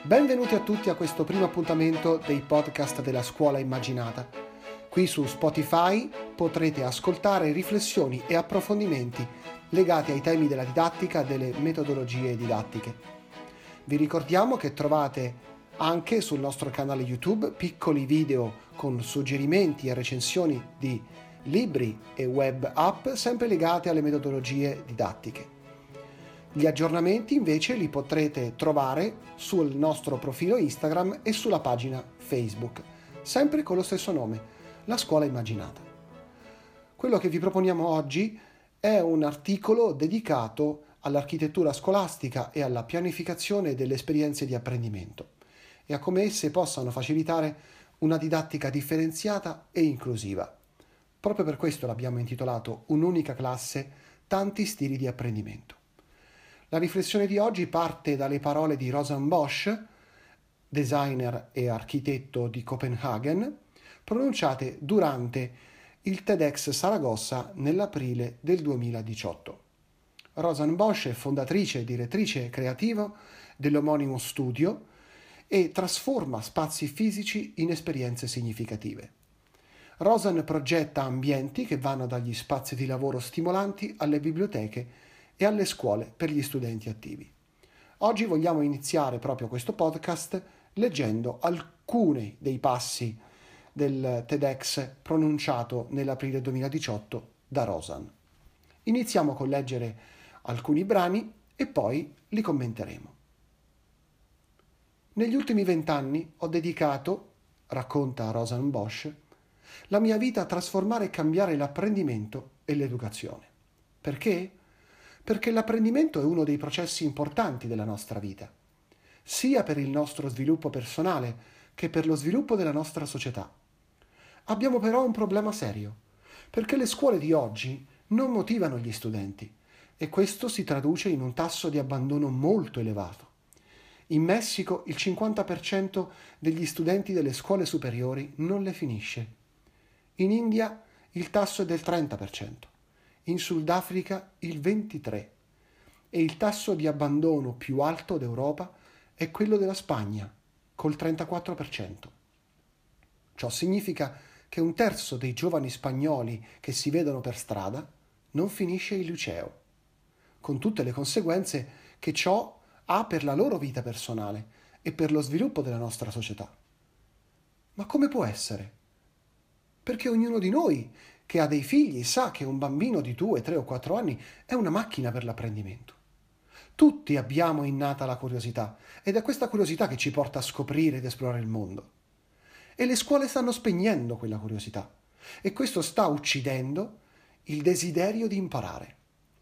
Benvenuti a tutti a questo primo appuntamento dei podcast della Scuola Immaginata. Qui su Spotify potrete ascoltare riflessioni e approfondimenti legati ai temi della didattica e delle metodologie didattiche. Vi ricordiamo che trovate anche sul nostro canale YouTube piccoli video con suggerimenti e recensioni di libri e web app sempre legate alle metodologie didattiche. Gli aggiornamenti invece li potrete trovare sul nostro profilo Instagram e sulla pagina Facebook, sempre con lo stesso nome, La Scuola Immaginata. Quello che vi proponiamo oggi è un articolo dedicato all'architettura scolastica e alla pianificazione delle esperienze di apprendimento e a come esse possano facilitare una didattica differenziata e inclusiva. Proprio per questo l'abbiamo intitolato Un'unica classe, tanti stili di apprendimento. La riflessione di oggi parte dalle parole di Rosanne Bosch, designer e architetto di Copenaghen, pronunciate durante il TEDx Saragossa nell'aprile del 2018. Rosanne Bosch è fondatrice e direttrice creativa dell'omonimo studio e trasforma spazi fisici in esperienze significative. Rosanne progetta ambienti che vanno dagli spazi di lavoro stimolanti alle biblioteche e alle scuole per gli studenti attivi. Oggi vogliamo iniziare proprio questo podcast leggendo alcuni dei passi del TEDx pronunciato nell'aprile 2018 da Rosanne. Iniziamo con leggere alcuni brani e poi li commenteremo. Negli ultimi 20 anni ho dedicato, racconta Rosanne Bosch, la mia vita a trasformare e cambiare l'apprendimento e l'educazione. Perché? Perché l'apprendimento è uno dei processi importanti della nostra vita, sia per il nostro sviluppo personale che per lo sviluppo della nostra società. Abbiamo però un problema serio, perché le scuole di oggi non motivano gli studenti e questo si traduce in un tasso di abbandono molto elevato. In Messico il 50% degli studenti delle scuole superiori non le finisce. In India il tasso è del 30%, in Sudafrica il 23% e il tasso di abbandono più alto d'Europa è quello della Spagna, col 34%. Ciò significa che un terzo dei giovani spagnoli che si vedono per strada non finisce il liceo, con tutte le conseguenze che ciò ha per la loro vita personale e per lo sviluppo della nostra società. Ma come può essere? Perché ognuno di noi che ha dei figli sa che un bambino di 2, 3 o 4 anni è una macchina per l'apprendimento. Tutti abbiamo innata la curiosità ed è questa curiosità che ci porta a scoprire ed esplorare il mondo. E le scuole stanno spegnendo quella curiosità e questo sta uccidendo il desiderio di imparare.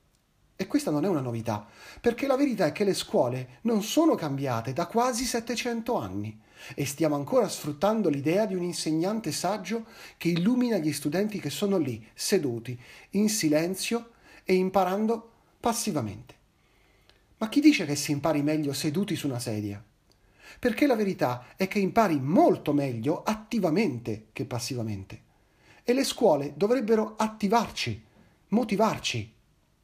E questa non è una novità, perché la verità è che le scuole non sono cambiate da quasi 700 anni e stiamo ancora sfruttando l'idea di un insegnante saggio che illumina gli studenti che sono lì, seduti, in silenzio e imparando passivamente. Ma chi dice che si impari meglio seduti su una sedia? Perché la verità è che impari molto meglio attivamente che passivamente. E le scuole dovrebbero attivarci, motivarci.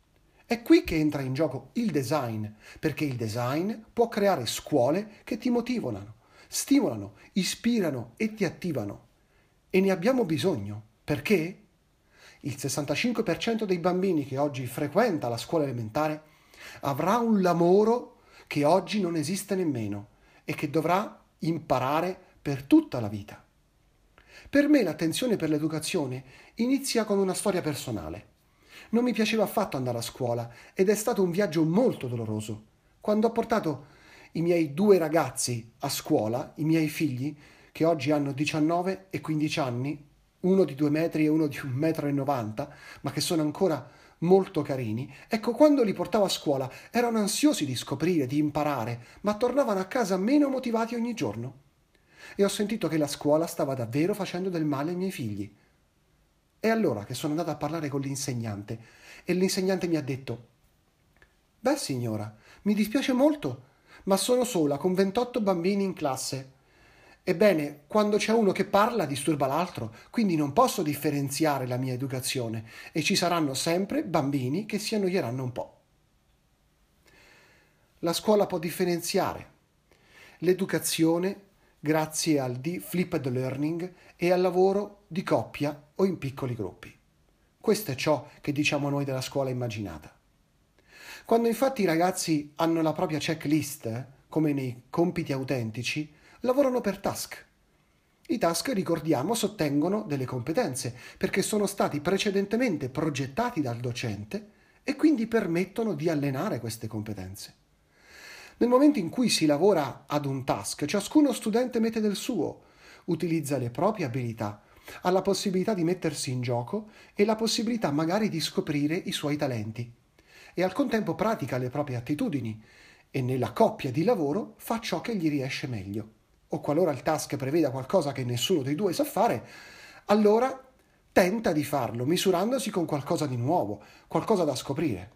È qui che entra in gioco il design, perché il design può creare scuole che ti motivano, stimolano, ispirano e ti attivano. E ne abbiamo bisogno. Perché? Il 65% dei bambini che oggi frequenta la scuola elementare avrà un lavoro che oggi non esiste nemmeno e che dovrà imparare per tutta la vita. Per me l'attenzione per l'educazione inizia con una storia personale. Non mi piaceva affatto andare a scuola ed è stato un viaggio molto doloroso. Quando ho portato i miei 2 ragazzi a scuola, i miei figli, che oggi hanno 19 e 15 anni, uno di 2 metri e uno di 1,90 m, ma che sono ancora molto carini, ecco, quando li portavo a scuola erano ansiosi di scoprire, di imparare, ma tornavano a casa meno motivati ogni giorno. E ho sentito che la scuola stava davvero facendo del male ai miei figli. È allora che sono andata a parlare con l'insegnante e l'insegnante mi ha detto: «Beh signora, mi dispiace molto, ma sono sola con 28 bambini in classe. Ebbene, quando c'è uno che parla disturba l'altro, quindi non posso differenziare la mia educazione e ci saranno sempre bambini che si annoieranno un po'». La scuola può differenziare l'educazione grazie al flipped learning e al lavoro di coppia o in piccoli gruppi. Questo è ciò che diciamo noi della scuola immaginata. Quando infatti i ragazzi hanno la propria checklist, come nei compiti autentici, lavorano per task. I task, ricordiamo, sottengono delle competenze perché sono stati precedentemente progettati dal docente e quindi permettono di allenare queste competenze. Nel momento in cui si lavora ad un task, ciascuno studente mette del suo, utilizza le proprie abilità, ha la possibilità di mettersi in gioco e la possibilità magari di scoprire i suoi talenti e al contempo pratica le proprie attitudini e nella coppia di lavoro fa ciò che gli riesce meglio. O qualora il task preveda qualcosa che nessuno dei due sa fare, allora tenta di farlo, misurandosi con qualcosa di nuovo, qualcosa da scoprire.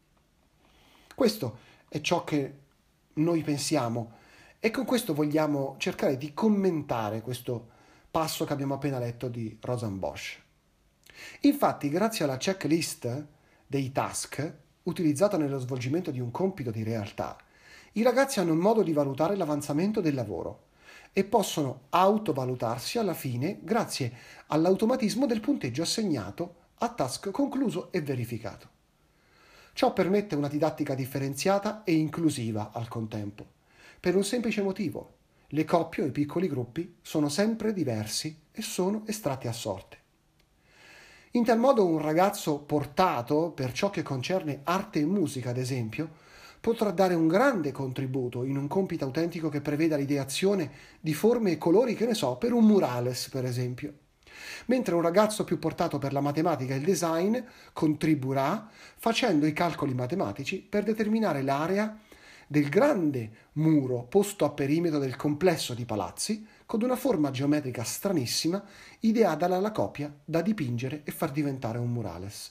Questo è ciò che noi pensiamo e con questo vogliamo cercare di commentare questo passo che abbiamo appena letto di Rosanne Bosch. Infatti, grazie alla checklist dei task, utilizzata nello svolgimento di un compito di realtà, i ragazzi hanno un modo di valutare l'avanzamento del lavoro e possono autovalutarsi alla fine grazie all'automatismo del punteggio assegnato a task concluso e verificato. Ciò permette una didattica differenziata e inclusiva al contempo, per un semplice motivo: le coppie o i piccoli gruppi sono sempre diversi e sono estratti a sorte. In tal modo un ragazzo portato, per ciò che concerne arte e musica ad esempio, potrà dare un grande contributo in un compito autentico che preveda l'ideazione di forme e colori, che ne so, per un murales per esempio. Mentre un ragazzo più portato per la matematica e il design contribuirà facendo i calcoli matematici per determinare l'area del grande muro posto a perimetro del complesso di palazzi con una forma geometrica stranissima ideata dalla coppia da dipingere e far diventare un murales.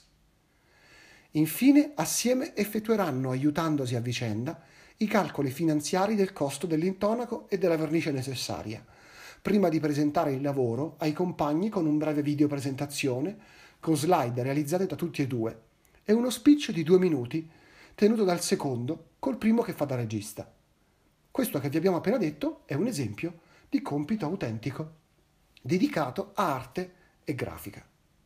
Infine, assieme effettueranno, aiutandosi a vicenda, i calcoli finanziari del costo dell'intonaco e della vernice necessaria, prima di presentare il lavoro ai compagni con un breve video presentazione, con slide realizzate da tutti e due, e uno speech di 2 minuti, tenuto dal secondo col primo che fa da regista. Questo che vi abbiamo appena detto è un esempio di compito autentico, dedicato a arte e grafica.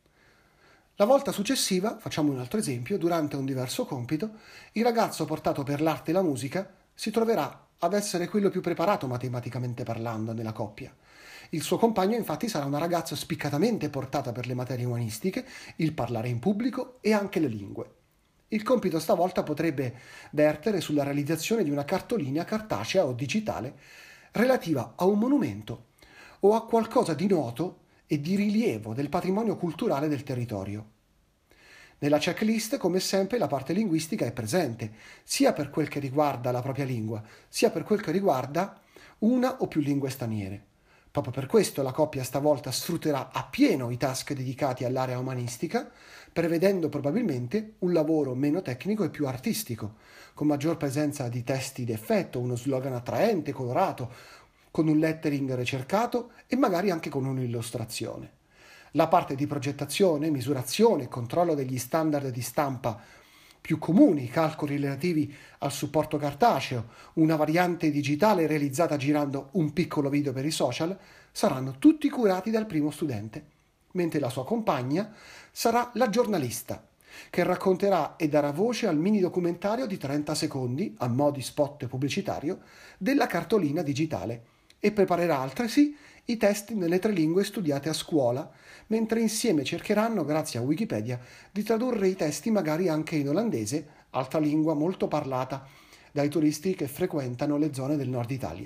La volta successiva, facciamo un altro esempio, durante un diverso compito, il ragazzo portato per l'arte e la musica si troverà ad essere quello più preparato matematicamente parlando nella coppia. Il suo compagno infatti sarà una ragazza spiccatamente portata per le materie umanistiche, il parlare in pubblico e anche le lingue. Il compito stavolta potrebbe vertere sulla realizzazione di una cartolina cartacea o digitale relativa a un monumento o a qualcosa di noto e di rilievo del patrimonio culturale del territorio. Nella checklist, come sempre, la parte linguistica è presente, sia per quel che riguarda la propria lingua, sia per quel che riguarda una o più lingue straniere. Proprio per questo la coppia stavolta sfrutterà appieno i task dedicati all'area umanistica, prevedendo probabilmente un lavoro meno tecnico e più artistico, con maggior presenza di testi d'effetto, uno slogan attraente, colorato, con un lettering ricercato e magari anche con un'illustrazione. La parte di progettazione, misurazione, controllo degli standard di stampa più comuni, calcoli relativi al supporto cartaceo, una variante digitale realizzata girando un piccolo video per i social, saranno tutti curati dal primo studente, mentre la sua compagna sarà la giornalista, che racconterà e darà voce al mini documentario di 30 secondi, a mo' di spot pubblicitario, della cartolina digitale e preparerà altresì i testi nelle 3 lingue studiate a scuola, mentre insieme cercheranno, grazie a Wikipedia, di tradurre i testi magari anche in olandese, altra lingua molto parlata dai turisti che frequentano le zone del nord Italia.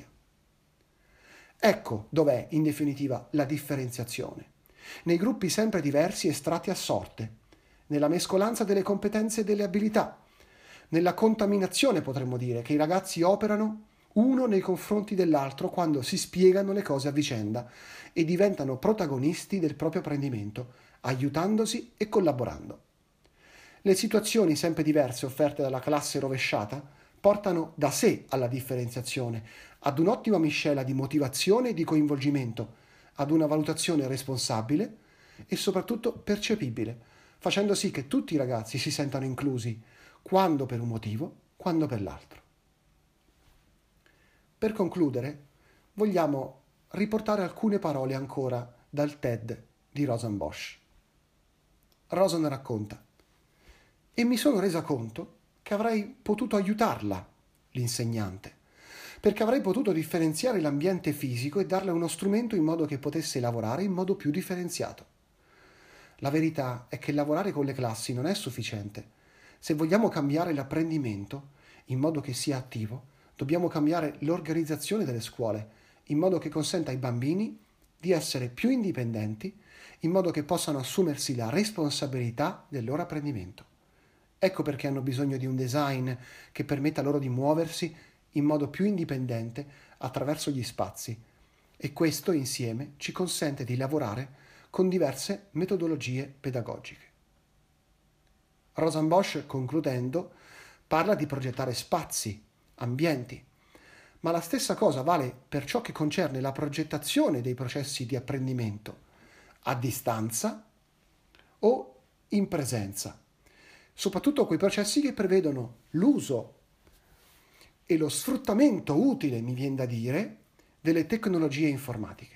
Ecco dov'è, in definitiva, la differenziazione. Nei gruppi sempre diversi estratti a sorte, nella mescolanza delle competenze e delle abilità, nella contaminazione, potremmo dire, che i ragazzi operano uno nei confronti dell'altro quando si spiegano le cose a vicenda e diventano protagonisti del proprio apprendimento, aiutandosi e collaborando. Le situazioni sempre diverse offerte dalla classe rovesciata portano da sé alla differenziazione, ad un'ottima miscela di motivazione e di coinvolgimento, ad una valutazione responsabile e soprattutto percepibile, facendo sì che tutti i ragazzi si sentano inclusi, quando per un motivo, quando per l'altro. Per concludere, vogliamo riportare alcune parole ancora dal TED di Rosanne Bosch. Rosanne racconta: e mi sono resa conto che avrei potuto aiutarla, l'insegnante, perché avrei potuto differenziare l'ambiente fisico e darle uno strumento in modo che potesse lavorare in modo più differenziato. La verità è che lavorare con le classi non è sufficiente. Se vogliamo cambiare l'apprendimento in modo che sia attivo, dobbiamo cambiare l'organizzazione delle scuole, in modo che consenta ai bambini di essere più indipendenti, in modo che possano assumersi la responsabilità del loro apprendimento. Ecco perché hanno bisogno di un design che permetta loro di muoversi in modo più indipendente attraverso gli spazi, e questo insieme ci consente di lavorare con diverse metodologie pedagogiche. Rosanne Bosch, concludendo, parla di progettare spazi, ambienti, ma la stessa cosa vale per ciò che concerne la progettazione dei processi di apprendimento, a distanza o in presenza, soprattutto quei processi che prevedono l'uso e lo sfruttamento utile, mi viene da dire, delle tecnologie informatiche.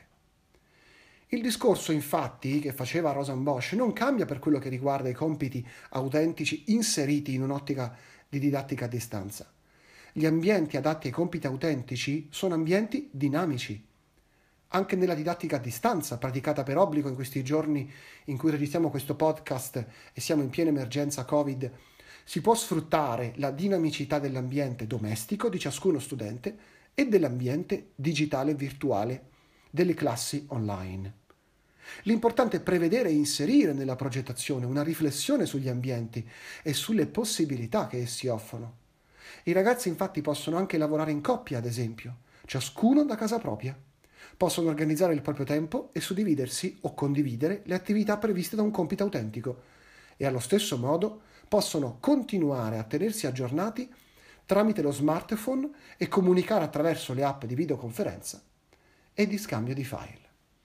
Il discorso, infatti, che faceva Rosanne Bosch non cambia per quello che riguarda i compiti autentici inseriti in un'ottica di didattica a distanza. Gli ambienti adatti ai compiti autentici sono ambienti dinamici. Anche nella didattica a distanza, praticata per obbligo in questi giorni in cui registriamo questo podcast e siamo in piena emergenza Covid, si può sfruttare la dinamicità dell'ambiente domestico di ciascuno studente e dell'ambiente digitale e virtuale delle classi online. L'importante è prevedere e inserire nella progettazione una riflessione sugli ambienti e sulle possibilità che essi offrono. I ragazzi infatti possono anche lavorare in coppia, ad esempio, ciascuno da casa propria. Possono organizzare il proprio tempo e suddividersi o condividere le attività previste da un compito autentico e allo stesso modo possono continuare a tenersi aggiornati tramite lo smartphone e comunicare attraverso le app di videoconferenza e di scambio di file.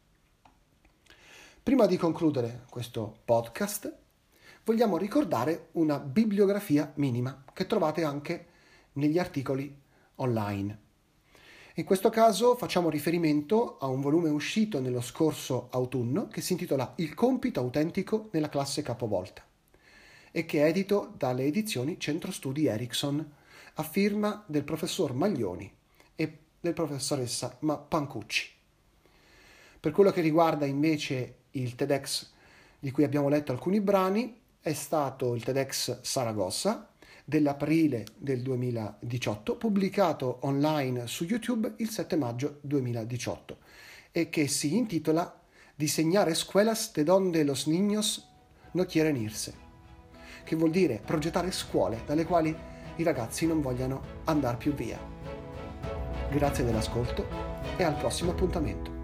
Prima di concludere questo podcast, vogliamo ricordare una bibliografia minima che trovate anche negli articoli online. In questo caso facciamo riferimento a un volume uscito nello scorso autunno che si intitola Il compito autentico nella classe capovolta e che è edito dalle edizioni Centro Studi Erickson a firma del professor Maglioni e del professoressa Pancucci. Per quello che riguarda invece il TEDx di cui abbiamo letto alcuni brani, è stato il TEDx Saragossa dell'aprile del 2018, pubblicato online su YouTube il 7 maggio 2018 e che si intitola Disegnare escuelas de donde los niños no quieren irse, che vuol dire progettare scuole dalle quali i ragazzi non vogliano andare più via. Grazie dell'ascolto e al prossimo appuntamento.